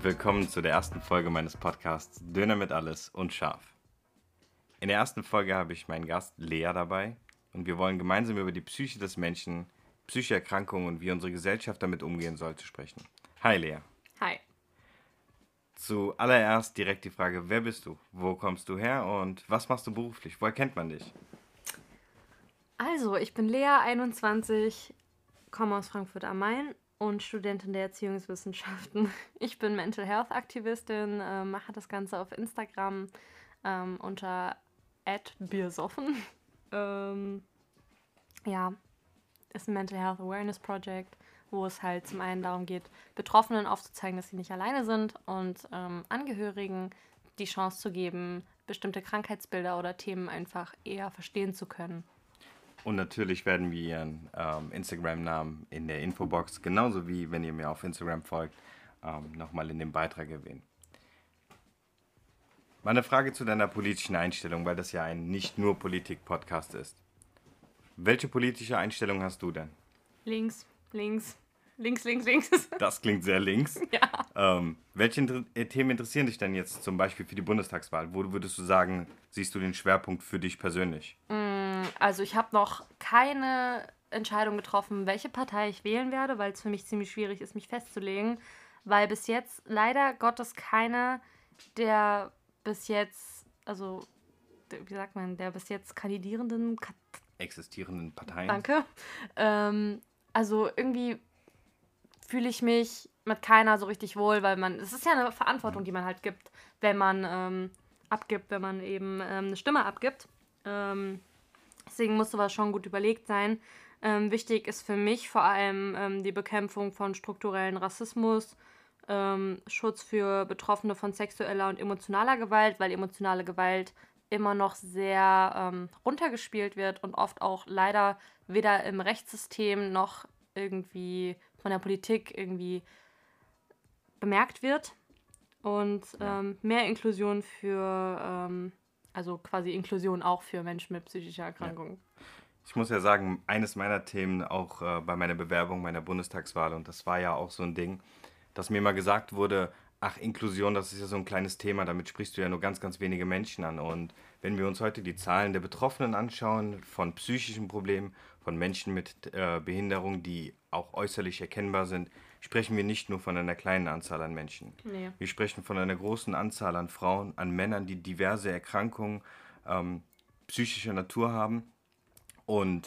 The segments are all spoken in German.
und willkommen zu der ersten Folge meines Podcasts Döner mit alles und scharf. In der ersten Folge habe ich meinen Gast Lea dabei und wir wollen gemeinsam über die Psyche des Menschen, psychische Erkrankungen und wie unsere Gesellschaft damit umgehen sollte sprechen. Hi Lea. Hi. Zuallererst direkt die Frage, wer bist du? Wo kommst du her und was machst du beruflich? Woher kennt man dich? Also, ich bin Lea, 21, komme aus Frankfurt am Main und Studentin der Erziehungswissenschaften. Ich bin Mental Health Aktivistin, mache das Ganze auf Instagram unter @biersoffen. Ja, ist ein Mental Health Awareness Project, wo es halt zum einen darum geht, Betroffenen aufzuzeigen, dass sie nicht alleine sind und Angehörigen die Chance zu geben, bestimmte Krankheitsbilder oder Themen einfach eher verstehen zu können. Und natürlich werden wir Ihren Instagram-Namen in der Infobox, genauso wie wenn ihr mir auf Instagram folgt, nochmal in dem Beitrag erwähnen. Meine Frage zu deiner politischen Einstellung, weil das ja ein nicht nur Politik-Podcast ist. Welche politische Einstellung hast du denn? Links, links, links, links, links. Das klingt sehr links. Ja. Welche Themen interessieren dich denn jetzt zum Beispiel für die Bundestagswahl? Wo würdest du sagen, siehst du den Schwerpunkt für dich persönlich? Also ich habe noch keine Entscheidung getroffen, welche Partei ich wählen werde, weil es für mich ziemlich schwierig ist, mich festzulegen, weil bis jetzt leider Gottes keiner der bis jetzt, also wie sagt man, der bis jetzt kandidierenden, Existierenden Parteien? danke, also irgendwie fühle ich mich mit keiner so richtig wohl, weil es ist ja eine Verantwortung, die man halt gibt, wenn man wenn man eben eine Stimme abgibt. Deswegen muss sowas schon gut überlegt sein. Wichtig ist für mich vor allem die Bekämpfung von strukturellen Rassismus, Schutz für Betroffene von sexueller und emotionaler Gewalt, weil emotionale Gewalt immer noch sehr runtergespielt wird und oft auch leider weder im Rechtssystem noch irgendwie von der Politik irgendwie bemerkt wird. Und mehr Inklusion also quasi Inklusion auch für Menschen mit psychischer Erkrankung. Ja. Ich muss ja sagen, eines meiner Themen auch bei meiner Bewerbung meiner Bundestagswahl, und das war ja auch so ein Ding, dass mir mal gesagt wurde, ach, Inklusion, das ist ja so ein kleines Thema, damit sprichst du ja nur ganz, ganz wenige Menschen an. Und wenn wir uns heute die Zahlen der Betroffenen anschauen, von psychischen Problemen, von Menschen mit Behinderung, die auch äußerlich erkennbar sind, sprechen wir nicht nur von einer kleinen Anzahl an Menschen. Nee. Wir sprechen von einer großen Anzahl an Frauen, an Männern, die diverse Erkrankungen psychischer Natur haben. Und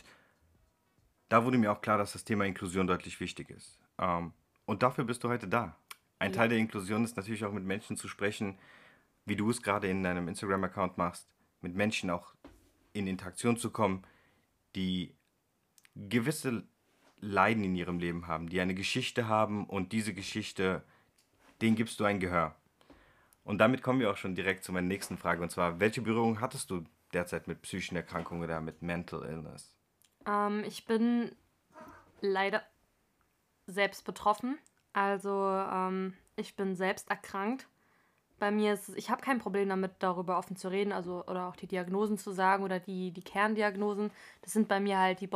da wurde mir auch klar, dass das Thema Inklusion deutlich wichtig ist. Und dafür bist du heute da. Ein Ja. Teil der Inklusion ist natürlich auch mit Menschen zu sprechen, wie du es gerade in deinem Instagram-Account machst, mit Menschen auch in Interaktion zu kommen, die gewisse Leiden in ihrem Leben haben, die eine Geschichte haben und diese Geschichte, denen gibst du ein Gehör. Und damit kommen wir auch schon direkt zu meiner nächsten Frage, und zwar, welche Berührung hattest du derzeit mit psychischen Erkrankungen oder mit Mental Illness? Ich bin leider selbst betroffen. Also ich bin selbst erkrankt. Bei mir ich habe kein Problem damit, darüber offen zu reden, also oder auch die Diagnosen zu sagen oder die Kerndiagnosen. Das sind bei mir halt die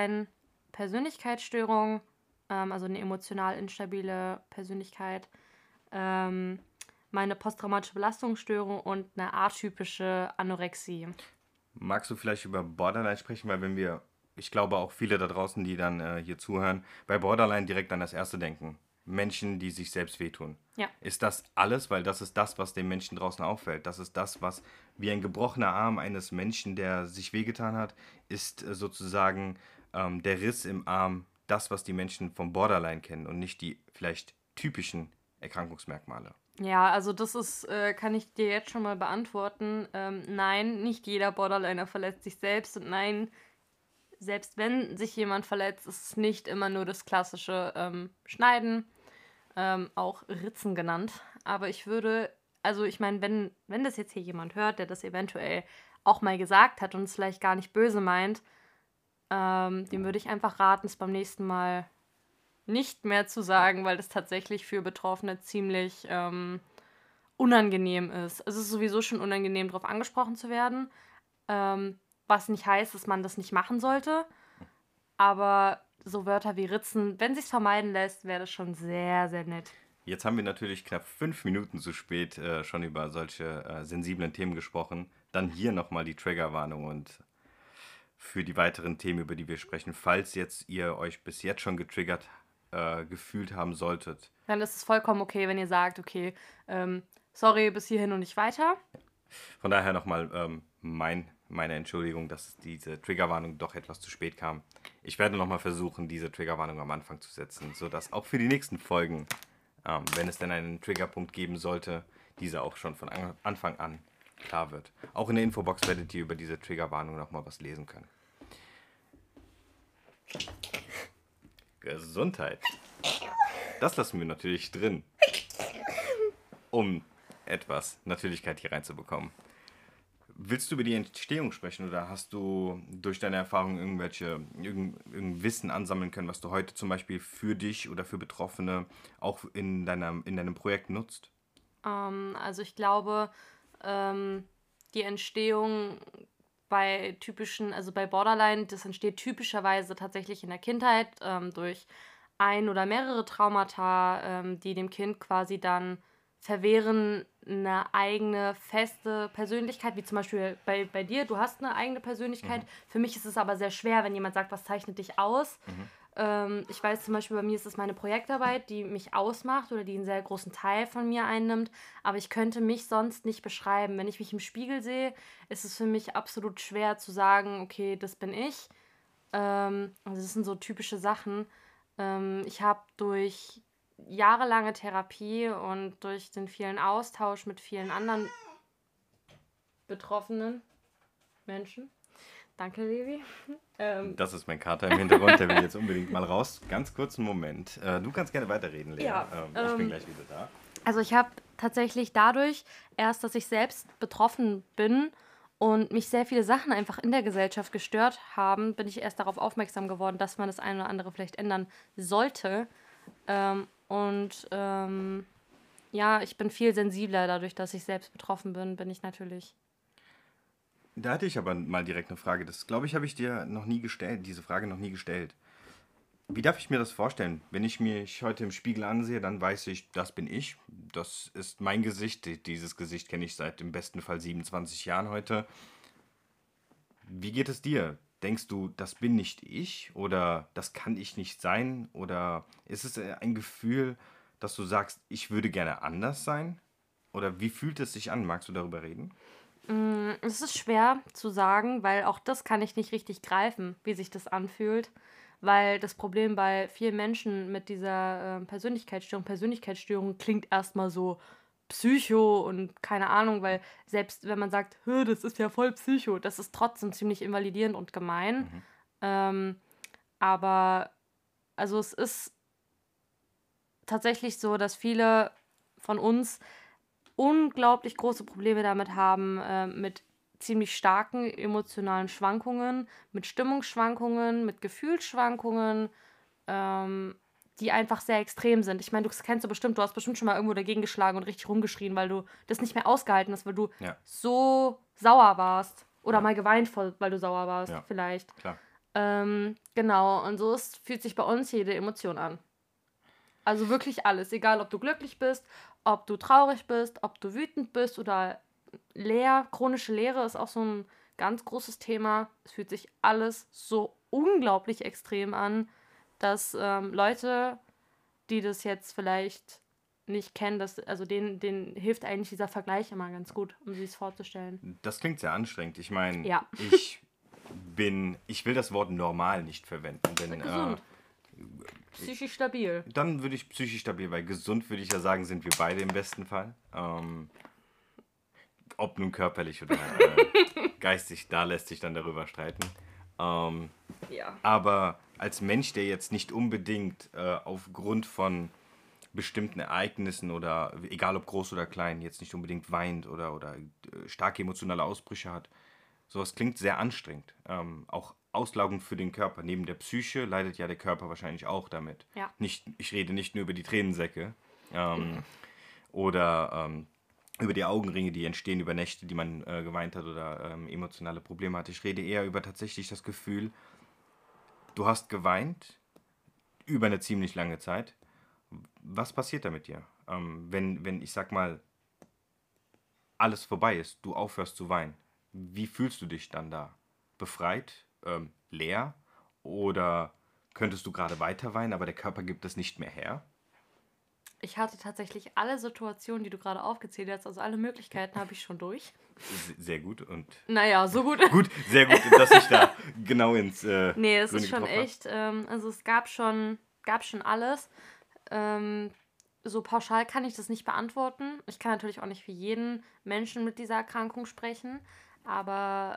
Borderline-Persönlichkeitsstörung, also eine emotional instabile Persönlichkeit, meine posttraumatische Belastungsstörung und eine atypische Anorexie. Magst du vielleicht über Borderline sprechen, weil ich glaube auch viele da draußen, die dann hier zuhören, bei Borderline direkt an das Erste denken. Menschen, die sich selbst wehtun. Ja. Ist das alles? Weil das ist das, was den Menschen draußen auffällt. Das ist das, was wie ein gebrochener Arm eines Menschen, der sich wehgetan hat, ist sozusagen der Riss im Arm das, was die Menschen vom Borderline kennen und nicht die vielleicht typischen Erkrankungsmerkmale. Ja, also das kann ich dir jetzt schon mal beantworten. Nein, nicht jeder Borderliner verletzt sich selbst und nein, selbst wenn sich jemand verletzt, ist es nicht immer nur das klassische Schneiden, auch Ritzen genannt. Aber ich meine, wenn das jetzt hier jemand hört, der das eventuell auch mal gesagt hat und es vielleicht gar nicht böse meint, dem würde ich einfach raten, es beim nächsten Mal nicht mehr zu sagen, weil das tatsächlich für Betroffene ziemlich unangenehm ist. Es ist sowieso schon unangenehm, darauf angesprochen zu werden, was nicht heißt, dass man das nicht machen sollte. Aber so Wörter wie Ritzen, wenn sich's vermeiden lässt, wäre das schon sehr, sehr nett. Jetzt haben wir natürlich knapp 5 Minuten zu spät schon über solche sensiblen Themen gesprochen. Dann hier nochmal die Triggerwarnung und für die weiteren Themen, über die wir sprechen, falls jetzt ihr euch bis jetzt schon getriggert gefühlt haben solltet. Dann ist es vollkommen okay, wenn ihr sagt, okay, sorry, bis hierhin und nicht weiter. Von daher nochmal meine Entschuldigung, dass diese Triggerwarnung doch etwas zu spät kam. Ich werde nochmal versuchen, diese Triggerwarnung am Anfang zu setzen, sodass auch für die nächsten Folgen, wenn es denn einen Triggerpunkt geben sollte, dieser auch schon von Anfang an klar wird. Auch in der Infobox werdet ihr über diese Triggerwarnung nochmal was lesen können. Gesundheit. Das lassen wir natürlich drin, um etwas Natürlichkeit hier reinzubekommen. Willst du über die Entstehung sprechen oder hast du durch deine Erfahrungen irgendein Wissen ansammeln können, was du heute zum Beispiel für dich oder für Betroffene auch in deinem Projekt nutzt? Also ich glaube, die Entstehung also bei Borderline, das entsteht typischerweise tatsächlich in der Kindheit durch ein oder mehrere Traumata, die dem Kind quasi dann verwehren, eine eigene feste Persönlichkeit, wie zum Beispiel bei dir, du hast eine eigene Persönlichkeit. Für mich ist es aber sehr schwer, wenn jemand sagt, was zeichnet dich aus. Ich weiß zum Beispiel, bei mir ist es meine Projektarbeit, die mich ausmacht oder die einen sehr großen Teil von mir einnimmt, aber ich könnte mich sonst nicht beschreiben. Wenn ich mich im Spiegel sehe, ist es für mich absolut schwer zu sagen, okay, das bin ich. Also das sind so typische Sachen. Ich habe durch jahrelange Therapie und durch den vielen Austausch mit vielen anderen betroffenen Menschen. Danke, Levi. Das ist mein Kater im Hintergrund, der will jetzt unbedingt mal raus. Ganz kurzen Moment. Du kannst gerne weiterreden, Lea. Ja, Ich bin gleich wieder da. Also ich habe tatsächlich dadurch, erst dass ich selbst betroffen bin und mich sehr viele Sachen einfach in der Gesellschaft gestört haben, bin ich erst darauf aufmerksam geworden, dass man das eine oder andere vielleicht ändern sollte. Ja, ich bin viel sensibler dadurch, dass ich selbst betroffen bin ich natürlich. Da hatte ich aber mal direkt eine Frage. Das, glaube ich, habe ich dir noch nie gestellt, diese Frage noch nie gestellt. Wie darf ich mir das vorstellen? Wenn ich mich heute im Spiegel ansehe, dann weiß ich, das bin ich. Das ist mein Gesicht. Dieses Gesicht kenne ich seit im besten Fall 27 Jahren heute. Wie geht es dir? Denkst du, das bin nicht ich? Oder das kann ich nicht sein? Oder ist es ein Gefühl, dass du sagst, ich würde gerne anders sein? Oder wie fühlt es sich an? Magst du darüber reden? Es ist schwer zu sagen, weil auch das kann ich nicht richtig greifen, wie sich das anfühlt. Weil das Problem bei vielen Menschen mit dieser Persönlichkeitsstörung klingt erstmal so Psycho und keine Ahnung, weil selbst wenn man sagt, "Hö, das ist ja voll Psycho, das ist trotzdem ziemlich invalidierend und gemein. Ähm, aber also es ist tatsächlich so, dass viele von uns unglaublich große Probleme damit haben, mit ziemlich starken emotionalen Schwankungen, mit Stimmungsschwankungen, mit Gefühlsschwankungen, die einfach sehr extrem sind. Ich meine, du hast bestimmt schon mal irgendwo dagegen geschlagen und richtig rumgeschrien, weil du das nicht mehr ausgehalten hast, weil du Ja, so sauer warst. Oder ja, mal geweint, weil du sauer warst, ja, vielleicht. klar. Genau, und fühlt sich bei uns jede Emotion an. Also wirklich alles, egal ob du glücklich bist, ob du traurig bist, ob du wütend bist oder leer. Chronische Leere ist auch so ein ganz großes Thema. Es fühlt sich alles so unglaublich extrem an, dass Leute, die das jetzt vielleicht nicht kennen, also denen hilft eigentlich dieser Vergleich immer ganz gut, um sich es vorzustellen. Das klingt sehr anstrengend. Ich meine, Ja, ich will das Wort normal nicht verwenden, denn gesund, psychisch stabil. dann würde ich psychisch stabil, weil gesund würde ich ja sagen, sind wir beide im besten Fall. Ob nun körperlich oder geistig, da lässt sich dann darüber streiten. Ja. Aber als Mensch, der jetzt nicht unbedingt aufgrund von bestimmten Ereignissen oder egal ob groß oder klein, jetzt nicht unbedingt weint oder starke emotionale Ausbrüche hat, sowas klingt sehr anstrengend. Auch auslaugend für den Körper. Neben der Psyche leidet ja der Körper wahrscheinlich auch damit. Ja. Ich rede nicht nur über die Tränensäcke oder über die Augenringe, die entstehen über Nächte, die man geweint hat oder emotionale Probleme hat. Ich rede eher über tatsächlich das Gefühl, du hast geweint über eine ziemlich lange Zeit. Was passiert da mit dir? Wenn ich sag mal, alles vorbei ist, du aufhörst zu weinen, wie fühlst du dich dann da? Befreit? Leer? Oder könntest du gerade weiter weinen, aber der Körper gibt es nicht mehr her? Ich hatte tatsächlich alle Situationen, die du gerade aufgezählt hast, also alle Möglichkeiten habe ich schon durch. Sehr gut und Naja, so gut. gut, sehr gut, dass ich da genau ins Nee, es Grüne ist schon getroffen habe. echt, also es gab schon alles. So pauschal kann ich das nicht beantworten. Ich kann natürlich auch nicht für jeden Menschen mit dieser Erkrankung sprechen, aber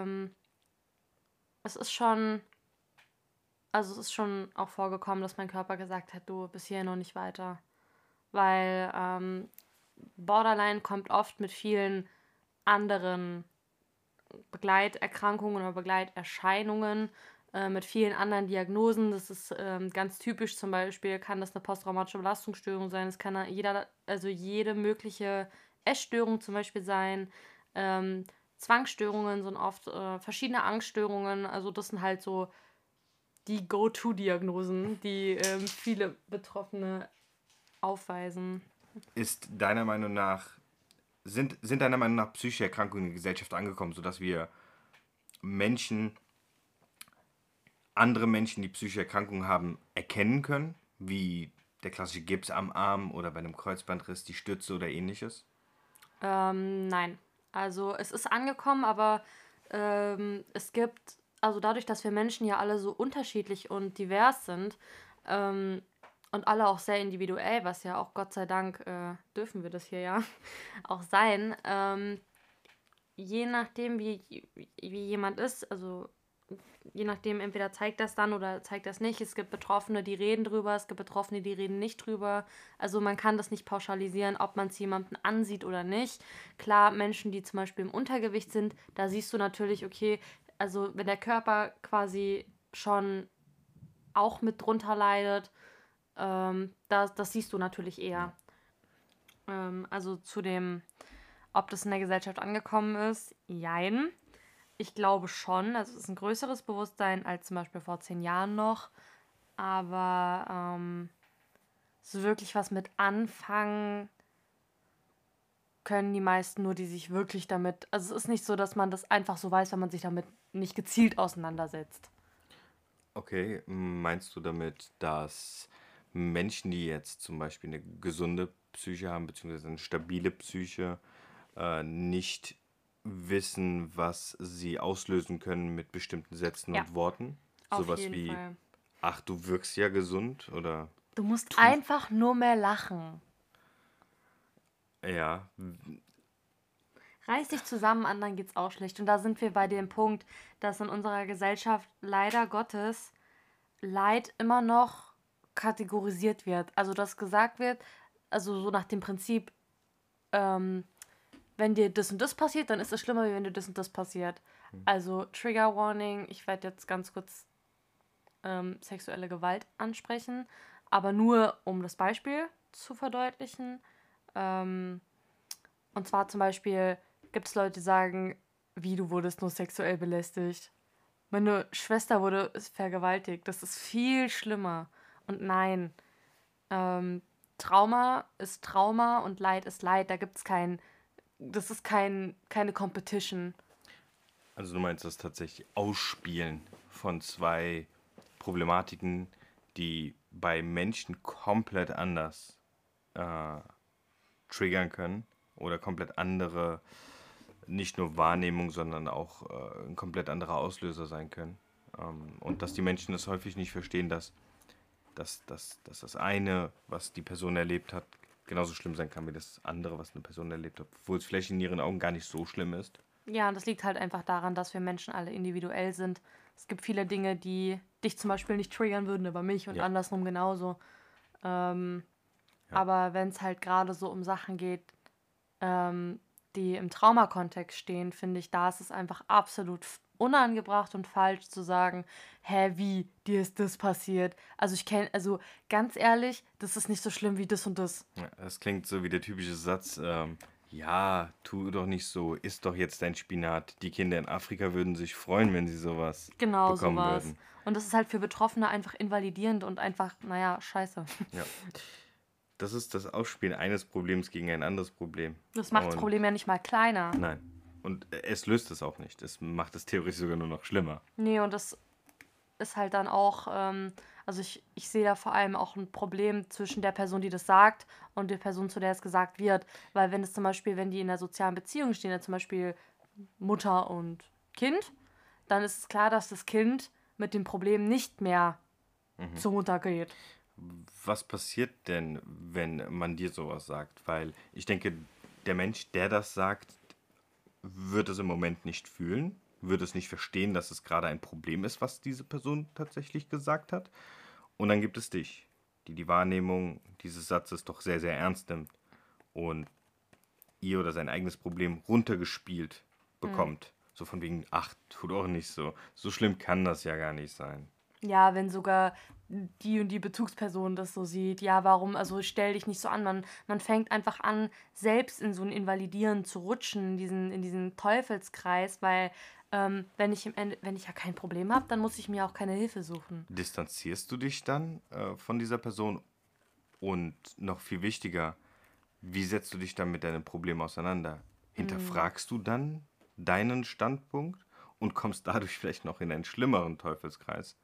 es ist schon, also es ist schon auch vorgekommen, dass mein Körper gesagt hat, du bist hier noch nicht weiter. Weil Borderline kommt oft mit vielen anderen Begleiterkrankungen oder Begleiterscheinungen, mit vielen anderen Diagnosen. Das ist ganz typisch, zum Beispiel kann das eine posttraumatische Belastungsstörung sein. Es kann also jede mögliche Essstörung zum Beispiel sein. Ähm, Zwangsstörungen sind oft verschiedene Angststörungen. Also das sind halt so die Go-To-Diagnosen, die viele Betroffene aufweisen. Ist deiner Meinung nach, sind deiner Meinung nach psychische Erkrankungen in der Gesellschaft angekommen, sodass wir Menschen, andere Menschen, die psychische Erkrankungen haben, erkennen können? Wie der klassische Gips am Arm oder bei einem Kreuzbandriss die Stütze oder ähnliches? Nein. Also es ist angekommen, aber es gibt, also dadurch, dass wir Menschen ja alle so unterschiedlich und divers sind ähm, und alle auch sehr individuell, was ja auch Gott sei Dank dürfen wir das hier ja auch sein, je nachdem, wie jemand ist, also je nachdem, entweder zeigt das dann oder zeigt das nicht. Es gibt Betroffene, die reden drüber, es gibt Betroffene, die reden nicht drüber. Also man kann das nicht pauschalisieren, ob man es jemandem ansieht oder nicht. Klar, Menschen, die zum Beispiel im Untergewicht sind, da siehst du natürlich, okay, also wenn der Körper quasi schon auch mit drunter leidet, das siehst du natürlich eher. Also zu dem, ob das in der Gesellschaft angekommen ist, jein. Ich glaube schon, also es ist ein größeres Bewusstsein als zum Beispiel vor 10 Jahren noch, aber so wirklich was mit anfangen können die meisten nur, die sich wirklich damit, also es ist nicht so, dass man das einfach so weiß, wenn man sich damit nicht gezielt auseinandersetzt. Okay, meinst du damit, dass Menschen, die jetzt zum Beispiel eine gesunde Psyche haben, beziehungsweise eine stabile Psyche, nicht wissen, was sie auslösen können mit bestimmten Sätzen Ja, und Worten? auf Sowas jeden wie, Fall. ach, du wirkst ja gesund oder Du musst tu, einfach nur mehr lachen. ja, Reiß dich zusammen, anderen geht's auch schlecht. Und da sind wir bei dem Punkt, dass in unserer Gesellschaft leider Gottes Leid immer noch kategorisiert wird. Also dass gesagt wird, also so nach dem Prinzip, ähm, wenn dir das und das passiert, dann ist es schlimmer, wie wenn dir das und das passiert. Also Trigger Warning, ich werde jetzt ganz kurz sexuelle Gewalt ansprechen, aber nur um das Beispiel zu verdeutlichen. Ähm, und zwar zum Beispiel gibt es Leute, die sagen, wie du wurdest nur sexuell belästigt. Meine Schwester wurde vergewaltigt. Das ist viel schlimmer. Und nein, ähm, Trauma ist Trauma und Leid ist Leid. Da gibt es das ist keine Competition. also du meinst das tatsächlich Ausspielen von zwei Problematiken, die bei Menschen komplett anders äh, triggern können oder komplett andere, nicht nur Wahrnehmung, sondern auch ein komplett anderer Auslöser sein können. Und dass die Menschen das häufig nicht verstehen, dass das eine, was die Person erlebt hat, genauso schlimm sein kann wie das andere, was eine Person erlebt hat, obwohl es vielleicht in ihren Augen gar nicht so schlimm ist. Ja, und das liegt halt einfach daran, dass wir Menschen alle individuell sind. Es gibt viele Dinge, die dich zum Beispiel nicht triggern würden, aber mich und Ja, andersrum genauso. Ähm, ja. aber wenn es halt gerade so um Sachen geht, die im Traumakontext stehen, finde ich, da ist es einfach absolut unangebracht und falsch zu sagen, hä, wie, dir ist das passiert. Also ganz ehrlich, das ist nicht so schlimm wie das und das. Ja, das klingt so wie der typische Satz, ja, tu doch nicht so, iss doch jetzt dein Spinat. Die Kinder in Afrika würden sich freuen, wenn sie sowas Genau bekommen sowas. würden. Und das ist halt für Betroffene einfach invalidierend und einfach, naja, scheiße. Ja. Das ist das Ausspielen eines Problems gegen ein anderes Problem. Das macht das Und Problem ja nicht mal kleiner. nein. Und es löst es auch nicht. Es macht es theoretisch sogar nur noch schlimmer. Nee, und das ist halt dann auch, also ich sehe da vor allem auch ein Problem zwischen der Person, die das sagt und der Person, zu der es gesagt wird. Weil wenn es zum Beispiel, wenn die in einer sozialen Beziehung stehen, ja zum Beispiel Mutter und Kind, dann ist es klar, dass das Kind mit dem Problem nicht mehr zur Mutter geht. Was passiert denn, wenn man dir sowas sagt? Weil ich denke, der Mensch, der das sagt, wird es im Moment nicht fühlen, wird es nicht verstehen, dass es gerade ein Problem ist, was diese Person tatsächlich gesagt hat. Und dann gibt es dich, die die Wahrnehmung dieses Satzes doch sehr, sehr ernst nimmt und ihr oder sein eigenes Problem runtergespielt bekommt. So von wegen, ach, tu doch nicht so. So schlimm kann das ja gar nicht sein. Ja, wenn sogar die und die Bezugsperson das so sieht, ja, warum, also stell dich nicht so an. Man fängt einfach an, selbst in so ein Invalidieren zu rutschen, in diesen Teufelskreis, weil wenn ich ja kein Problem habe, dann muss ich mir auch keine Hilfe suchen. Distanzierst du dich dann von dieser Person? Und noch viel wichtiger, wie setzt du dich dann mit deinem Problem auseinander? Hinterfragst du dann deinen Standpunkt und kommst dadurch vielleicht noch in einen schlimmeren Teufelskreis?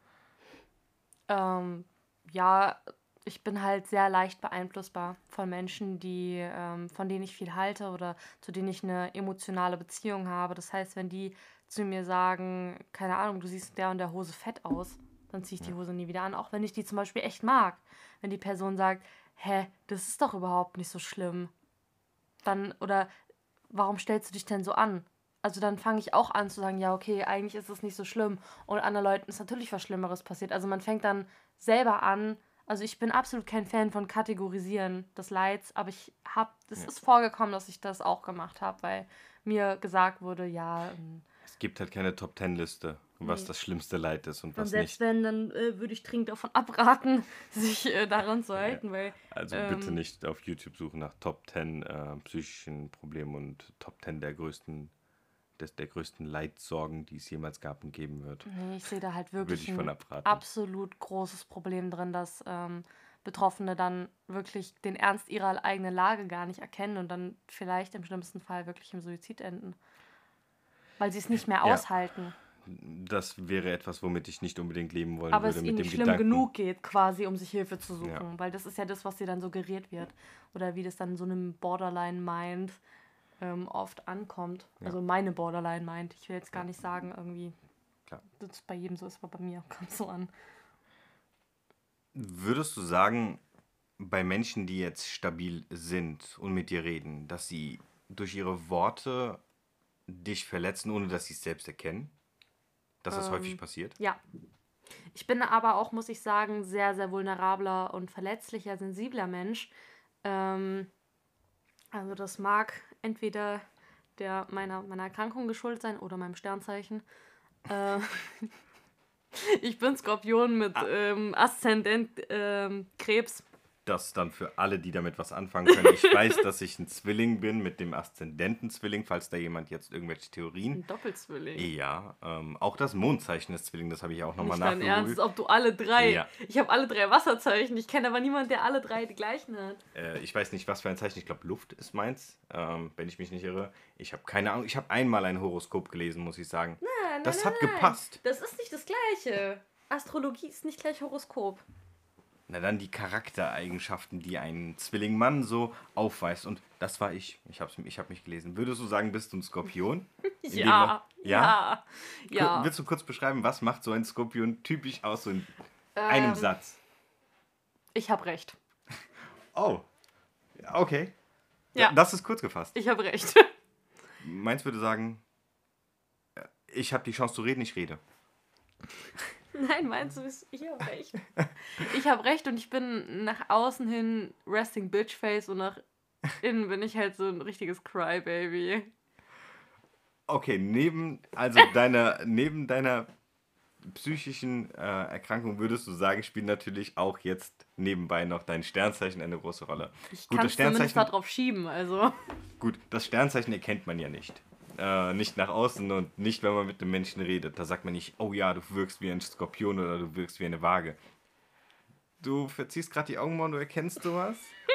Ja, ich bin halt sehr leicht beeinflussbar von Menschen, von denen ich viel halte oder zu denen ich eine emotionale Beziehung habe. Das heißt, wenn die zu mir sagen, keine Ahnung, du siehst in der und der Hose fett aus, dann ziehe ich die Hose nie wieder an, auch wenn ich die zum Beispiel echt mag. Wenn die Person sagt, hä, das ist doch überhaupt nicht so schlimm, dann, oder warum stellst du dich denn so an? Also dann fange ich auch an zu sagen, ja, okay, eigentlich ist es nicht so schlimm. Und anderen Leuten ist natürlich was Schlimmeres passiert. Also man fängt dann selber an. Also ich bin absolut kein Fan von Kategorisieren des Leids, aber es ist vorgekommen, dass ich das auch gemacht habe, weil mir gesagt wurde, ja, Es gibt halt keine Top-10-Liste, was nee. das schlimmste Leid ist und Und was selbst nicht. wenn, dann würde ich dringend davon abraten, sich daran zu halten, weil Also bitte nicht auf YouTube suchen nach Top 10 psychischen Problemen und Top 10 der größten Leidsorgen, die es jemals gab und geben wird. nee, ich sehe da halt Würde wirklich ich von ein abraten. absolut großes Problem drin, dass Betroffene dann wirklich den Ernst ihrer eigenen Lage gar nicht erkennen und dann vielleicht im schlimmsten Fall wirklich im Suizid enden, weil sie es nicht mehr Ja. aushalten. Das wäre etwas, womit ich nicht unbedingt leben wollen Aber würde, es mit ihnen dem nicht schlimm Gedanken. genug geht, quasi, um sich Hilfe zu suchen. Ja. Weil das ist ja das, was dir dann suggeriert wird. Oder wie das dann in so einem Borderline-Mind oft ankommt. Ja. Also meine Borderline-Mind. Ich will jetzt gar nicht sagen, irgendwie, Klar. dass es bei jedem so ist, aber bei mir kommt es so an. Würdest du sagen, bei Menschen, die jetzt stabil sind und mit dir reden, dass sie durch ihre Worte dich verletzen, ohne dass sie es selbst erkennen? Dass das häufig passiert? Ja. Ich bin aber auch, muss ich sagen, sehr, sehr vulnerabler und verletzlicher, sensibler Mensch. Also das mag entweder meiner Erkrankung geschuldet sein oder meinem Sternzeichen. Ich bin Skorpion mit Aszendent Krebs. Das dann für alle, die damit was anfangen können. Ich weiß, dass ich ein Zwilling bin mit dem Aszendenten-Zwilling, falls da jemand jetzt irgendwelche Theorien. Ein Doppelzwilling. Ja, auch das Mondzeichen ist Zwilling, das habe ich auch nochmal Nicht dein Ernst, nachgeholt. ob du alle drei. Ja. Ich habe alle drei Wasserzeichen. Ich kenne aber niemanden, der alle drei die gleichen hat. Ich weiß nicht, was für ein Zeichen. Ich glaube, Luft ist meins, wenn ich mich nicht irre. Ich habe keine Ahnung. Ich habe einmal ein Horoskop gelesen, muss ich sagen. Nein, Das hat nein. gepasst. Das ist nicht das Gleiche. Astrologie ist nicht gleich Horoskop. Na dann die Charaktereigenschaften, die ein Zwillingmann so aufweist. Und das war ich. Ich hab mich gelesen. Würdest du sagen, bist du ein Skorpion? In dem Ja, Mo- Ja? ja. Willst du kurz beschreiben, was macht so ein Skorpion typisch aus, so in einem Satz? Ich habe recht. Oh, okay. Ja. Das ist kurz gefasst. Ich habe recht. Meins würde sagen, ich habe die Chance zu reden, ich rede. Nein, meinst du, ich habe recht. Ich habe recht und ich bin nach außen hin Resting Bitch Face und nach innen bin ich halt so ein richtiges Crybaby. Okay, neben deiner psychischen Erkrankung würdest du sagen, spielt natürlich auch jetzt nebenbei noch dein Sternzeichen eine große Rolle. Ich Gut, kann das es zumindest Sternzeichen, darauf schieben, also. gut, das Sternzeichen erkennt man ja nicht. Nicht nach außen und nicht, wenn man mit einem Menschen redet. Da sagt man nicht, oh ja, du wirkst wie ein Skorpion oder du wirkst wie eine Waage. Du verziehst gerade die Augenbrauen, du erkennst sowas?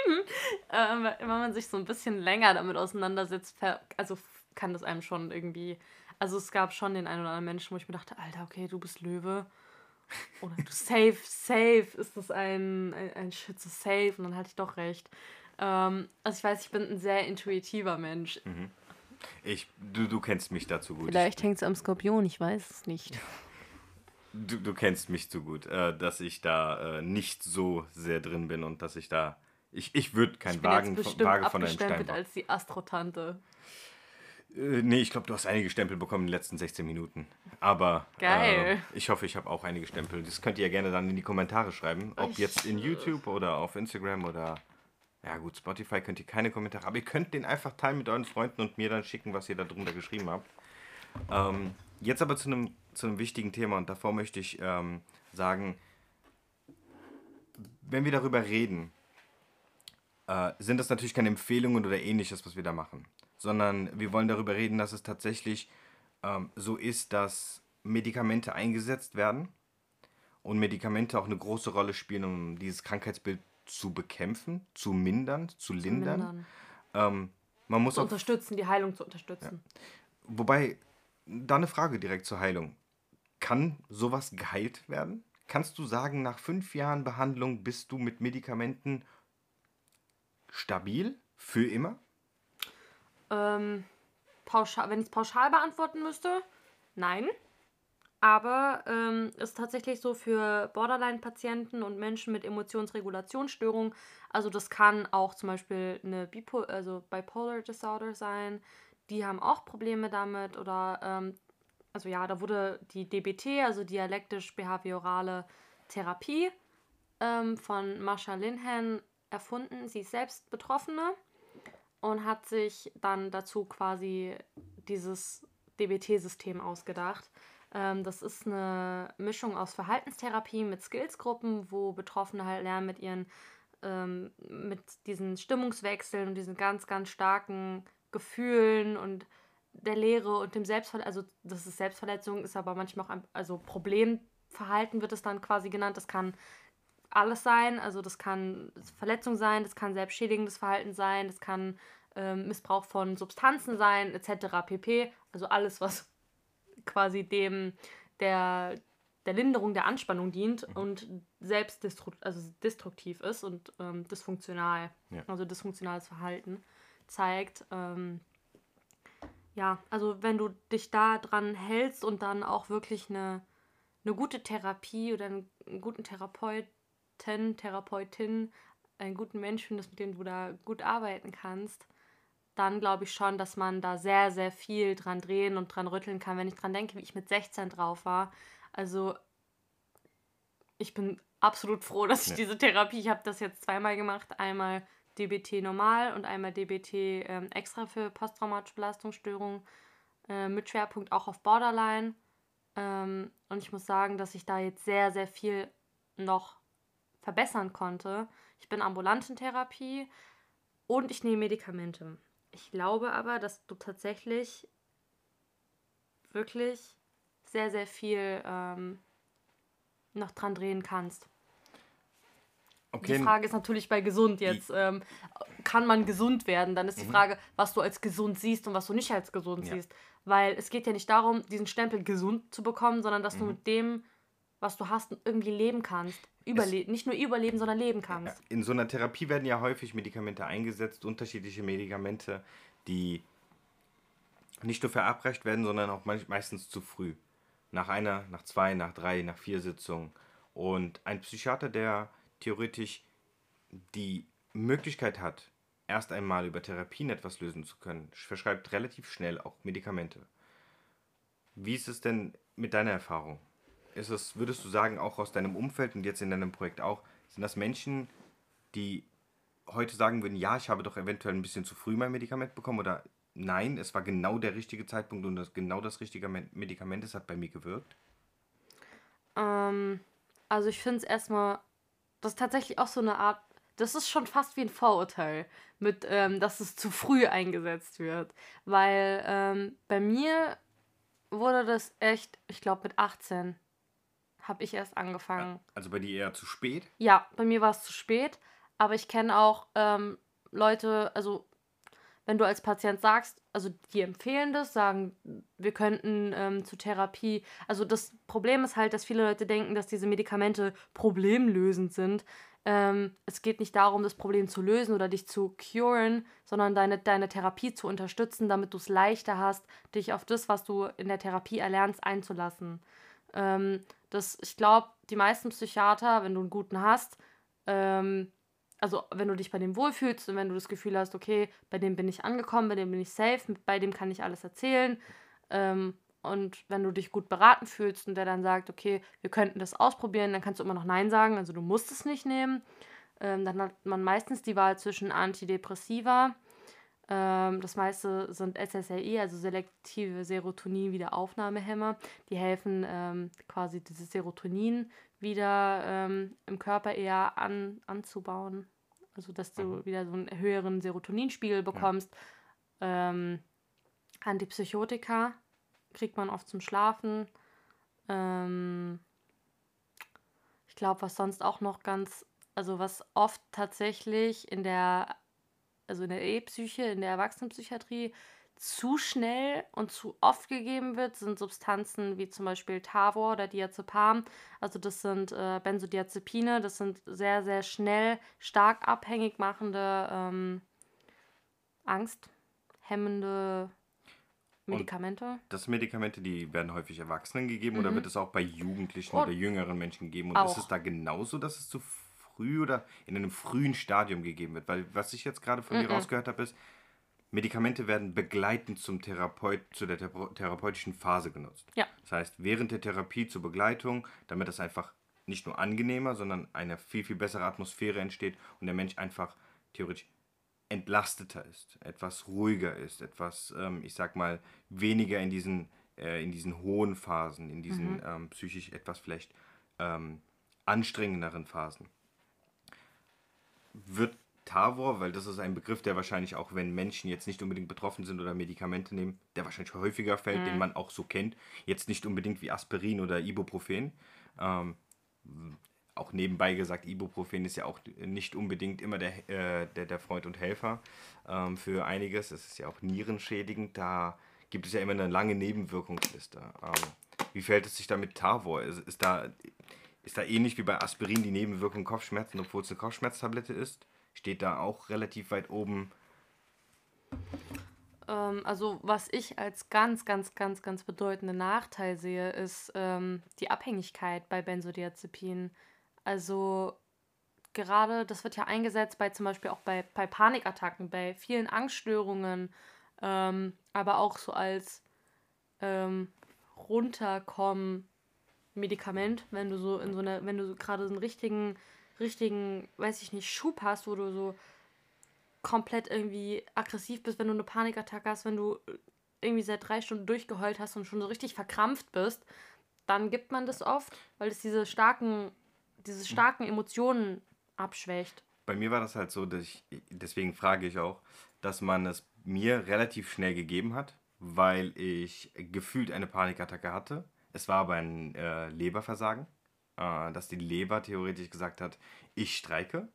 Wenn man sich so ein bisschen länger damit auseinandersetzt, kann das einem schon irgendwie. Also es gab schon den einen oder anderen Menschen, wo ich mir dachte, Alter, okay, du bist Löwe. Oder du safe, ist das ein Schütze safe? Und dann hatte ich doch recht. Also ich weiß, ich bin ein sehr intuitiver Mensch. Du kennst mich dazu gut. Vielleicht hängt es am Skorpion, ich weiß es nicht. Du kennst mich zu gut, dass ich da nicht so sehr drin bin und dass ich da. Ich würde kein Ich bin jetzt bestimmt Waage von einem abgestempelt Stein. als die Astrotante. Nee, ich glaube, du hast einige Stempel bekommen in den letzten 16 Minuten. Aber Geil. ich hoffe, ich habe auch einige Stempel. Das könnt ihr ja gerne dann in die Kommentare schreiben. Ob jetzt in YouTube oder auf Instagram oder. Ja gut, Spotify könnt ihr keine Kommentare. Aber ihr könnt den einfach teilen mit euren Freunden und mir dann schicken, was ihr da drunter geschrieben habt. Jetzt aber zu einem wichtigen Thema. Und davor möchte ich sagen, wenn wir darüber reden, sind das natürlich keine Empfehlungen oder ähnliches, was wir da machen. Sondern wir wollen darüber reden, dass es tatsächlich so ist, dass Medikamente eingesetzt werden und Medikamente auch eine große Rolle spielen, um dieses Krankheitsbild zu bekämpfen, zu mindern, zu lindern. Man muss Zu auch, unterstützen, die Heilung zu unterstützen. wobei, da eine Frage direkt zur Heilung. Kann sowas geheilt werden? Kannst du sagen, nach 5 Jahren Behandlung bist du mit Medikamenten stabil? Für immer? Wenn ich es pauschal beantworten müsste, nein. Aber ist tatsächlich so für Borderline-Patienten und Menschen mit Emotionsregulationsstörungen. Also das kann auch zum Beispiel eine Bipolar Disorder sein. Die haben auch Probleme damit. Oder also ja, da wurde die DBT, also dialektisch-behaviorale Therapie, von Marsha Linehan erfunden. Sie ist selbst Betroffene und hat sich dann dazu quasi dieses DBT-System ausgedacht. Das ist eine Mischung aus Verhaltenstherapie mit Skillsgruppen, wo Betroffene halt lernen mit diesen Stimmungswechseln und diesen ganz, ganz starken Gefühlen und der Leere und dem Selbstverletzung, also das ist Selbstverletzung, ist aber manchmal auch also Problemverhalten wird es dann quasi genannt. Das kann alles sein, also das kann Verletzung sein, das kann selbstschädigendes Verhalten sein, das kann Missbrauch von Substanzen sein, etc. pp. Also alles, was quasi der Linderung der Anspannung dient und destruktiv ist und dysfunktional, Ja. also dysfunktionales Verhalten zeigt. Ja, also wenn du dich da dran hältst und dann auch wirklich eine gute Therapie oder einen guten Therapeutin, einen guten Mensch findest, mit dem du da gut arbeiten kannst, dann glaube ich schon, dass man da sehr, sehr viel dran drehen und dran rütteln kann. Wenn ich dran denke, wie ich mit 16 drauf war. Also ich bin absolut froh, dass ich diese Therapie, ich habe das jetzt zweimal gemacht. Einmal DBT normal und einmal DBT extra für posttraumatische Belastungsstörungen mit Schwerpunkt auch auf Borderline. Und ich muss sagen, dass ich da jetzt sehr, sehr viel noch verbessern konnte. Ich bin ambulant in Therapie und ich nehme Medikamente. Ich glaube aber, dass du tatsächlich wirklich sehr, sehr viel noch dran drehen kannst. Okay. Die Frage ist natürlich bei gesund jetzt. Kann man gesund werden? Dann ist die Frage, was du als gesund siehst und was du nicht als gesund siehst. Weil es geht ja nicht darum, diesen Stempel gesund zu bekommen, sondern dass du mit dem, was du hast, irgendwie leben kannst. Nicht nur überleben, sondern leben kannst. In so einer Therapie werden ja häufig Medikamente eingesetzt, unterschiedliche Medikamente, die nicht nur verabreicht werden, sondern auch meistens zu früh. Nach 2, nach 3, nach 4 Sitzungen. Und ein Psychiater, der theoretisch die Möglichkeit hat, erst einmal über Therapien etwas lösen zu können, verschreibt relativ schnell auch Medikamente. Wie ist es denn mit deiner Erfahrung? Würdest du sagen, auch aus deinem Umfeld und jetzt in deinem Projekt auch, sind das Menschen, die heute sagen würden, ja, ich habe doch eventuell ein bisschen zu früh mein Medikament bekommen oder nein, es war genau der richtige Zeitpunkt und genau das richtige Medikament, es hat bei mir gewirkt? Also ich finde es erstmal, das ist tatsächlich auch so eine Art, das ist schon fast wie ein Vorurteil, dass es zu früh eingesetzt wird. Weil bei mir wurde das echt, ich glaube mit 18, habe ich erst angefangen. Also bei dir eher zu spät? Ja, bei mir war es zu spät, aber ich kenne auch Leute, also wenn du als Patient sagst, also die empfehlen das, sagen, wir könnten zur Therapie. Also das Problem ist halt, dass viele Leute denken, dass diese Medikamente problemlösend sind. Es geht nicht darum, das Problem zu lösen oder dich zu curen, sondern deine Therapie zu unterstützen, damit du es leichter hast, dich auf das, was du in der Therapie erlernst, einzulassen. Ich glaube, die meisten Psychiater, wenn du einen guten hast, also wenn du dich bei dem wohlfühlst und wenn du das Gefühl hast, okay, bei dem bin ich angekommen, bei dem bin ich safe, bei dem kann ich alles erzählen. Und wenn du dich gut beraten fühlst und der dann sagt, okay, wir könnten das ausprobieren, dann kannst du immer noch Nein sagen, also du musst es nicht nehmen. Dann hat man meistens die Wahl zwischen Antidepressiva. Das meiste sind SSRI, also selektive Serotonin-Wiederaufnahmehämmer. Die helfen quasi dieses Serotonin wieder im Körper eher anzubauen. Also dass du wieder so einen höheren Serotoninspiegel bekommst. Antipsychotika kriegt man oft zum Schlafen. Ich glaube, was sonst auch noch also was oft tatsächlich in der E-Psyche, in der Erwachsenenpsychiatrie zu schnell und zu oft gegeben wird, sind Substanzen wie zum Beispiel Tavor oder Diazepam. Also das sind Benzodiazepine, das sind sehr, sehr schnell, stark abhängig machende, angsthemmende Medikamente. Und das Medikamente, die werden häufig Erwachsenen gegeben oder wird es auch bei Jugendlichen Und oder jüngeren Menschen gegeben? Und ist auch. es da genauso, dass es zu früh oder in einem frühen Stadium gegeben wird? Weil was ich jetzt gerade von dir rausgehört habe, ist, Medikamente werden begleitend zu der therapeutischen Phase genutzt. Ja. Das heißt, während der Therapie zur Begleitung, damit das einfach nicht nur angenehmer, sondern eine viel, viel bessere Atmosphäre entsteht und der Mensch einfach theoretisch entlasteter ist, etwas ruhiger ist, etwas, ich sag mal, weniger in diesen hohen Phasen, in diesen psychisch etwas vielleicht anstrengenderen Phasen. Wird Tavor, weil das ist ein Begriff, der wahrscheinlich auch, wenn Menschen jetzt nicht unbedingt betroffen sind oder Medikamente nehmen, der wahrscheinlich häufiger fällt, den man auch so kennt, jetzt nicht unbedingt wie Aspirin oder Ibuprofen. Auch nebenbei gesagt, Ibuprofen ist ja auch nicht unbedingt immer der Freund und Helfer für einiges. Es ist ja auch nierenschädigend, da gibt es ja immer eine lange Nebenwirkungsliste. Wie verhält es sich da mit Tavor? Ist da ähnlich wie bei Aspirin die Nebenwirkung Kopfschmerzen, obwohl es eine Kopfschmerztablette ist? Steht da auch relativ weit oben? Also was ich als ganz, ganz, ganz, ganz bedeutenden Nachteil sehe, ist die Abhängigkeit bei Benzodiazepinen. Also gerade, das wird ja eingesetzt bei zum Beispiel auch bei Panikattacken, bei vielen Angststörungen, aber auch so als runterkommen Medikament, wenn du so in so einer, wenn du so gerade so einen richtigen, weiß ich nicht, Schub hast, wo du so komplett irgendwie aggressiv bist, wenn du eine Panikattacke hast, wenn du irgendwie seit 3 Stunden durchgeheult hast und schon so richtig verkrampft bist, dann gibt man das oft, weil es diese starken Emotionen abschwächt. Bei mir war das halt so, deswegen frage ich auch, dass man es mir relativ schnell gegeben hat, weil ich gefühlt eine Panikattacke hatte. Es war aber ein Leberversagen, dass die Leber theoretisch gesagt hat, ich streike.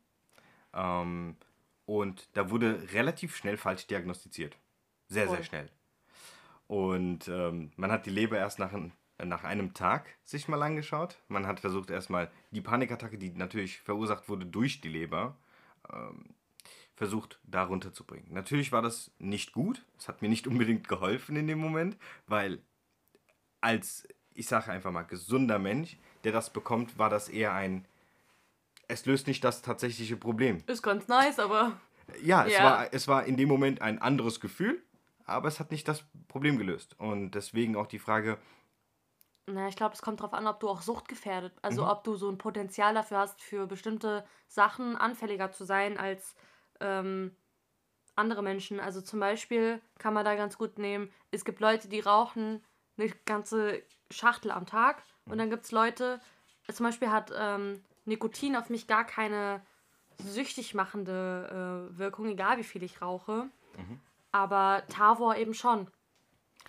Und da wurde relativ schnell falsch diagnostiziert. Sehr, Voll. sehr schnell. Und man hat die Leber erst nach einem Tag sich mal angeschaut. Man hat versucht erstmal die Panikattacke, die natürlich verursacht wurde durch die Leber, versucht da runterzubringen. Natürlich war das nicht gut. Es hat mir nicht unbedingt geholfen in dem Moment, weil als, ich sage einfach mal, gesunder Mensch, der das bekommt, war das eher es löst nicht das tatsächliche Problem. Ist ganz nice, aber Ja, Ja. es war in dem Moment ein anderes Gefühl, aber es hat nicht das Problem gelöst. Und deswegen auch die Frage, na, ich glaube, es kommt darauf an, ob du auch suchtgefährdet, also ob du so ein Potenzial dafür hast, für bestimmte Sachen anfälliger zu sein als andere Menschen. Also zum Beispiel kann man da ganz gut nehmen, es gibt Leute, die rauchen eine ganze Schachtel am Tag und dann gibt es Leute, zum Beispiel hat Nikotin auf mich gar keine süchtig machende Wirkung, egal wie viel ich rauche, aber Tavor eben schon.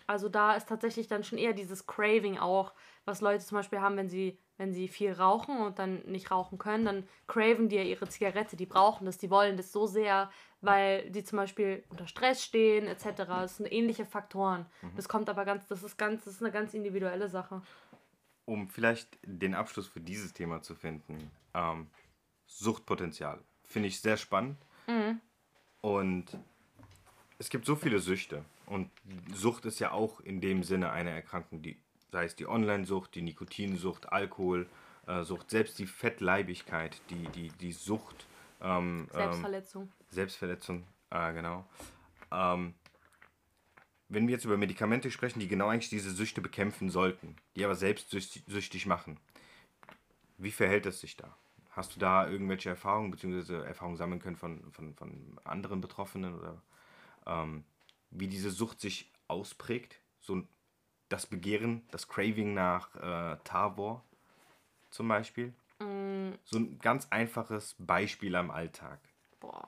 Also da ist tatsächlich dann schon eher dieses Craving auch, was Leute zum Beispiel haben, wenn sie viel rauchen und dann nicht rauchen können, dann craven die ja ihre Zigarette, die brauchen das, die wollen das so sehr, weil die zum Beispiel unter Stress stehen, etc. Das sind ähnliche Faktoren. Das kommt aber das ist eine ganz individuelle Sache. Um vielleicht den Abschluss für dieses Thema zu finden, Suchtpotenzial. Finde ich sehr spannend. Und es gibt so viele Süchte. Und Sucht ist ja auch in dem Sinne eine Erkrankung, sei es die Online-Sucht, die Nikotinsucht, Alkohol, Sucht, selbst die Fettleibigkeit, die Sucht, Selbstverletzung. Selbstverletzung, genau. Ähm, Wenn wir jetzt über Medikamente sprechen, die genau eigentlich diese Süchte bekämpfen sollten, die aber selbst süchtig machen, wie verhält es sich da? Hast du da irgendwelche Erfahrungen, beziehungsweise Erfahrungen sammeln können von anderen Betroffenen oder wie diese Sucht sich ausprägt? So das Begehren, das Craving nach Tavor zum Beispiel? So ein ganz einfaches Beispiel am Alltag. Boah.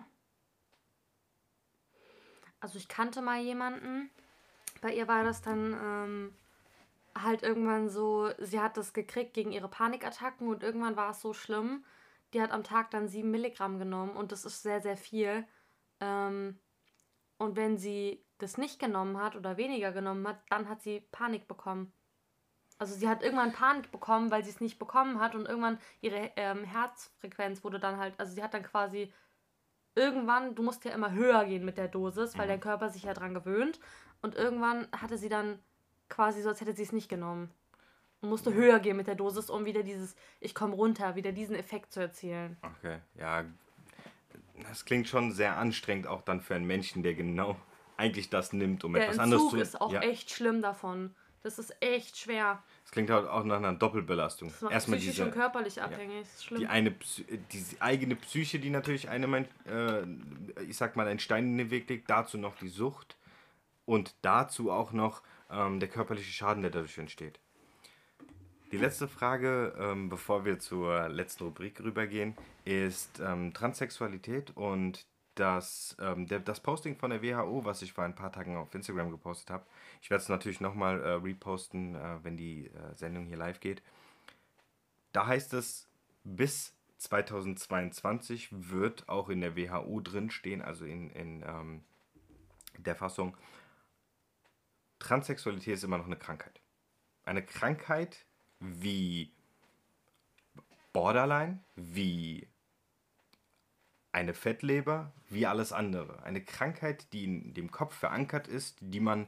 Also ich kannte mal jemanden, bei ihr war das dann halt irgendwann so, sie hat das gekriegt gegen ihre Panikattacken und irgendwann war es so schlimm, die hat am Tag dann 7 Milligramm genommen und das ist sehr, sehr viel. Ähm, und wenn sie das nicht genommen hat oder weniger genommen hat, dann hat sie Panik bekommen. Also sie hat irgendwann Panik bekommen, weil sie es nicht bekommen hat und irgendwann ihre Herzfrequenz wurde dann halt, also sie hat dann quasi irgendwann, du musst ja immer höher gehen mit der Dosis, weil dein Körper sich ja dran gewöhnt. Und irgendwann hatte sie dann quasi so, als hätte sie es nicht genommen. Und musste höher gehen mit der Dosis, um wieder dieses, ich komme runter, wieder diesen Effekt zu erzielen. Okay, ja, das klingt schon sehr anstrengend auch dann für einen Menschen, der genau eigentlich das nimmt, um Der etwas anderes Entzug zu... ist auch Ja, echt schlimm davon. Das ist echt schwer. es klingt halt auch nach einer Doppelbelastung. Das macht Erstmal psychisch und diese, körperlich ja, abhängig. Das ist die schlimm. diese eigene Psyche, die natürlich ich sag mal, einen Stein in den Weg legt, dazu noch die Sucht und dazu auch noch der körperliche Schaden, der dadurch entsteht. Die letzte Frage, bevor wir zur letzten Rubrik rübergehen, ist Transsexualität und das Posting von der WHO, was ich vor ein paar Tagen auf Instagram gepostet habe. Ich werde es natürlich nochmal reposten, wenn die Sendung hier live geht. Da heißt es, bis 2022 wird auch in der WHO drinstehen, also in der Fassung, Transsexualität ist immer noch eine Krankheit. Eine Krankheit wie Borderline, wie eine Fettleber, wie alles andere. Eine Krankheit, die in dem Kopf verankert ist, die man,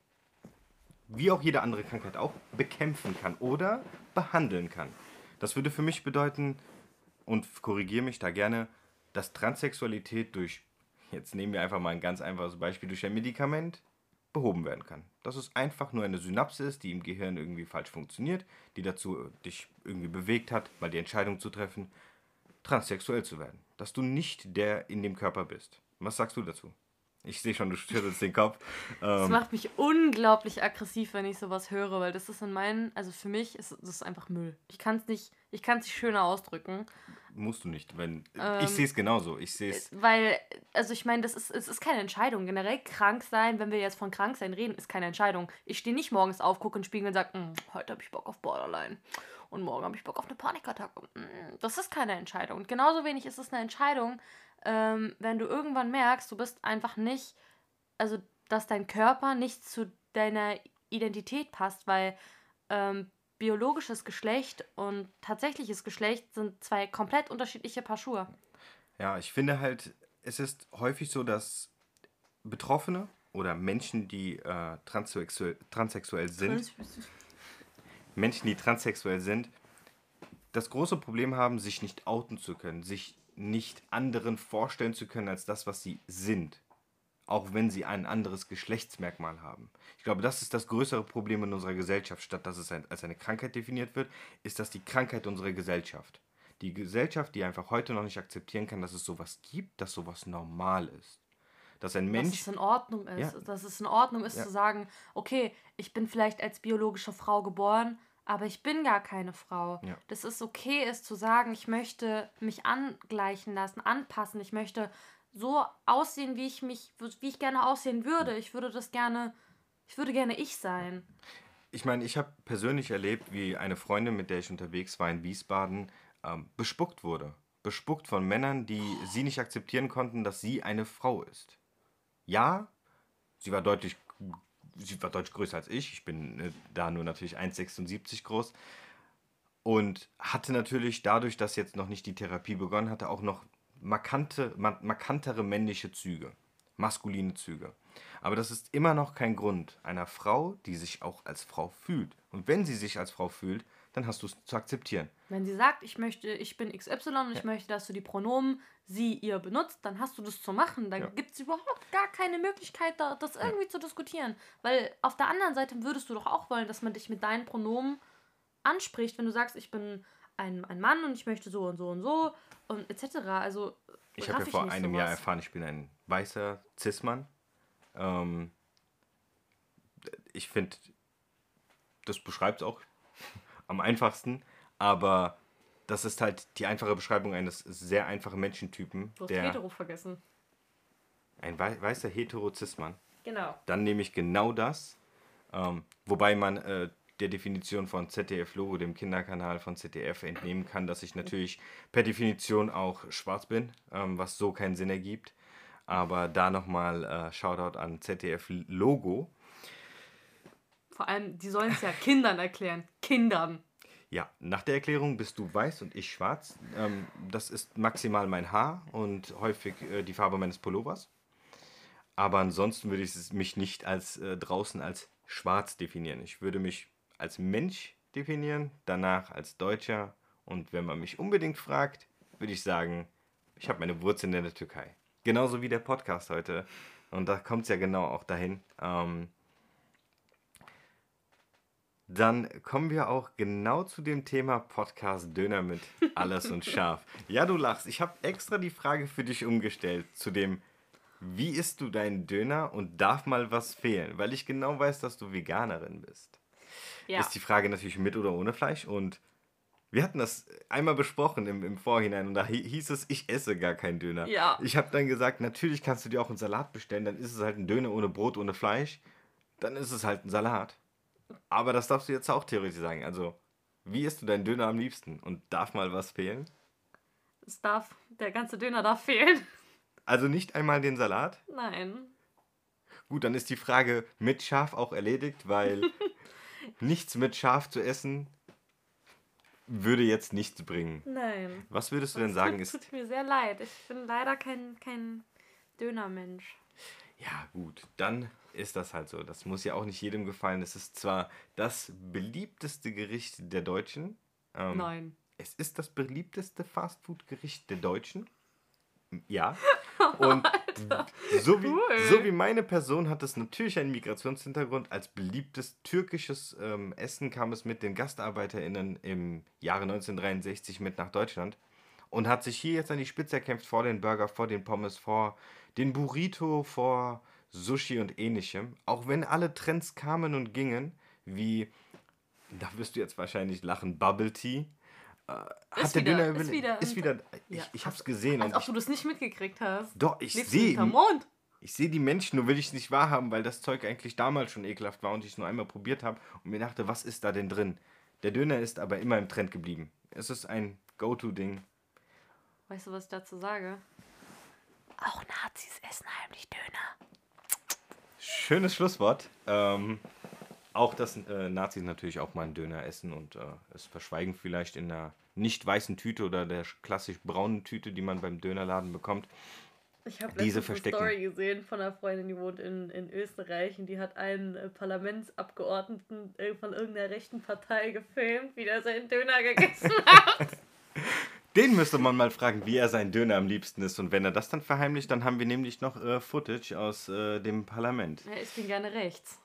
wie auch jede andere Krankheit auch, bekämpfen kann oder behandeln kann. Das würde für mich bedeuten, und korrigiere mich da gerne, dass Transsexualität jetzt nehmen wir einfach mal ein ganz einfaches Beispiel, durch ein Medikament behoben werden kann. Dass es einfach nur eine Synapse ist, die im Gehirn irgendwie falsch funktioniert, die dazu dich irgendwie bewegt hat, mal die Entscheidung zu treffen, transsexuell zu werden. Dass du nicht der in dem Körper bist. Was sagst du dazu? Ich sehe schon, du schüttelst den Kopf. Das macht mich unglaublich aggressiv, wenn ich sowas höre, weil das ist also für mich ist das einfach Müll. Ich kann es nicht schöner ausdrücken. Musst du nicht, ich sehe es genauso. Ich sehe es. Weil, also ich meine, es ist keine Entscheidung. Generell krank sein, wenn wir jetzt von krank sein reden, ist keine Entscheidung. Ich stehe nicht morgens auf, gucke in den Spiegel und sage, heute habe ich Bock auf Borderline. Und morgen habe ich Bock auf eine Panikattacke. Das ist keine Entscheidung. Und genauso wenig ist es eine Entscheidung, wenn du irgendwann merkst, du bist einfach nicht, also dass dein Körper nicht zu deiner Identität passt, weil biologisches Geschlecht und tatsächliches Geschlecht sind zwei komplett unterschiedliche Paar Schuhe. Ja, ich finde halt, es ist häufig so, dass Betroffene oder Menschen, die transsexuell sind, das große Problem haben, sich nicht outen zu können, sich nicht anderen vorstellen zu können als das, was sie sind. Auch wenn sie ein anderes Geschlechtsmerkmal haben. Ich glaube, das ist das größere Problem in unserer Gesellschaft. Statt dass es als eine Krankheit definiert wird, ist das die Krankheit unserer Gesellschaft. Die Gesellschaft, die einfach heute noch nicht akzeptieren kann, dass es sowas gibt, dass sowas normal ist. Dass ein Dass Mensch... es in Ordnung ist. Ja, Dass es in Ordnung ist ja. zu sagen, okay, ich bin vielleicht als biologische Frau geboren, aber ich bin gar keine Frau. Ja. Dass es okay ist zu sagen, ich möchte mich angleichen lassen, anpassen. Ich möchte so aussehen, wie ich gerne aussehen würde. Ich würde das gerne Ich würde gerne ich sein. Ich meine, ich habe persönlich erlebt, wie eine Freundin, mit der ich unterwegs war in Wiesbaden, bespuckt wurde. Bespuckt von Männern, die sie nicht akzeptieren konnten, dass sie eine Frau ist. Ja, sie war deutlich, sie war deutlich größer als ich. Ich bin da nur natürlich 1,76 groß. Und hatte natürlich dadurch, dass jetzt noch nicht die Therapie begonnen hatte, auch noch markantere männliche Züge, maskuline Züge. Aber das ist immer noch kein Grund einer Frau, die sich auch als Frau fühlt. Und wenn sie sich als Frau fühlt, dann hast du es zu akzeptieren. Wenn sie sagt, ich bin XY und ich möchte, dass du die Pronomen sie, ihr benutzt, dann hast du das zu machen. Dann Ja. gibt es überhaupt gar keine Möglichkeit, das Ja. irgendwie zu diskutieren. Weil auf der anderen Seite würdest du doch auch wollen, dass man dich mit deinen Pronomen anspricht, wenn du sagst, ich bin ein Mann und ich möchte so und so und so und etc. Also Ich habe ja raff vor nicht einem Jahr sowas. erfahren, ich bin ein weißer Cis-Mann. Ähm, Ich finde, das beschreibt es auch am einfachsten, aber das ist halt die einfache Beschreibung eines sehr einfachen Menschentypen, Du hast der hetero vergessen. ein weißer Hetero-Cis-Mann. Genau. Dann nehme ich genau das, wobei man der Definition von ZDF-Logo, dem Kinderkanal von ZDF, entnehmen kann, dass ich natürlich per Definition auch schwarz bin, was so keinen Sinn ergibt. Aber da nochmal Shoutout an ZDF-Logo. Vor allem, die sollen es ja Kindern erklären. Kindern. Ja, nach der Erklärung bist du weiß und ich schwarz. Das ist maximal mein Haar und häufig die Farbe meines Pullovers. Aber ansonsten würde ich mich nicht als draußen als schwarz definieren. Ich würde mich als Mensch definieren, danach als Deutscher. Und wenn man mich unbedingt fragt, würde ich sagen, ich habe meine Wurzeln in der Türkei. Genauso wie der Podcast heute. Und da kommt es ja genau auch dahin. Dann kommen wir auch genau zu dem Thema Podcast Döner mit alles und scharf. Ja, du lachst. Ich habe extra die Frage für dich umgestellt zu dem, wie isst du deinen Döner und darf mal was fehlen? Weil ich genau weiß, dass du Veganerin bist. Ja. Ist die Frage natürlich mit oder ohne Fleisch. Und wir hatten das einmal besprochen im Vorhinein und da hieß es, ich esse gar keinen Döner. Ja. Ich habe dann gesagt, natürlich kannst du dir auch einen Salat bestellen, dann ist es halt ein Döner ohne Brot, ohne Fleisch. Dann ist es halt ein Salat. Aber das darfst du jetzt auch theoretisch sagen. Also, wie isst du deinen Döner am liebsten? Und darf mal was fehlen? Der ganze Döner darf fehlen. Also nicht einmal den Salat? Nein. Gut, dann ist die Frage mit Schaf auch erledigt, weil nichts mit Schaf zu essen würde jetzt nichts bringen. Nein. Was würdest du denn sagen Es ist... tut mir sehr leid. Ich bin leider kein Dönermensch. Ja gut, dann ist das halt so. Das muss ja auch nicht jedem gefallen. Es ist zwar das beliebteste Gericht der Deutschen. Nein. Es ist das beliebteste Fastfood-Gericht der Deutschen. Ja. Und so wie meine Person hat es natürlich einen Migrationshintergrund. Als beliebtes türkisches Essen kam es mit den GastarbeiterInnen im Jahre 1963 mit nach Deutschland und hat sich hier jetzt an die Spitze erkämpft vor den Burger, vor den Pommes, vor den Burrito, vor Sushi und ähnlichem. Auch wenn alle Trends kamen und gingen, wie, da wirst du jetzt wahrscheinlich lachen, Bubble Tea. Hat der Döner ist wieder. Ja, Ich hab's gesehen. Als Und ob du das nicht mitgekriegt hast. doch, ich Lebst du hinterm sehe. Mond? Ich sehe die Menschen, nur will ich es nicht wahrhaben, weil das Zeug eigentlich damals schon ekelhaft war und ich es nur einmal probiert habe und mir dachte, was ist da denn drin? Der Döner ist aber immer im Trend geblieben. Es ist ein Go-To-Ding. Weißt du, was ich dazu sage? Auch Nazis essen heimlich Döner. Schönes Schlusswort. Auch, dass Nazis natürlich auch mal einen Döner essen und es verschweigen vielleicht in einer nicht weißen Tüte oder der klassisch braunen Tüte, die man beim Dönerladen bekommt. Ich habe Diese letztens eine verstecken. Story gesehen von einer Freundin, die wohnt in Österreich und die hat einen Parlamentsabgeordneten von irgendeiner rechten Partei gefilmt, wie der seinen Döner gegessen hat. Den müsste man mal fragen, wie er sein Döner am liebsten ist. Und wenn er das dann verheimlicht, dann haben wir nämlich noch Footage aus dem Parlament. Er isst ihn gerne rechts.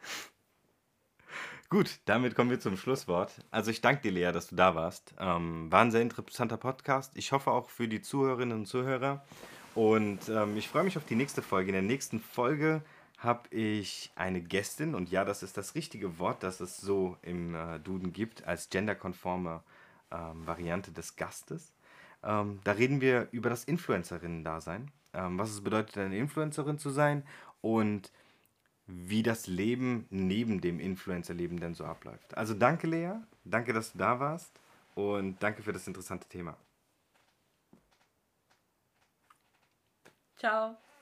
Gut, damit kommen wir zum Schlusswort. Also ich danke dir, Lea, dass du da warst. War ein sehr interessanter Podcast. Ich hoffe auch für die Zuhörerinnen und Zuhörer. Und ich freue mich auf die nächste Folge. In der nächsten Folge habe ich eine Gästin. Und ja, das ist das richtige Wort, das es so im Duden gibt, als genderkonforme Variante des Gastes. Da reden wir über das Influencerinnen-Dasein. Was es bedeutet, eine Influencerin zu sein. Und wie das Leben neben dem Influencer-Leben denn so abläuft. Also danke, Lea. Danke, dass du da warst. Und danke für das interessante Thema. Ciao.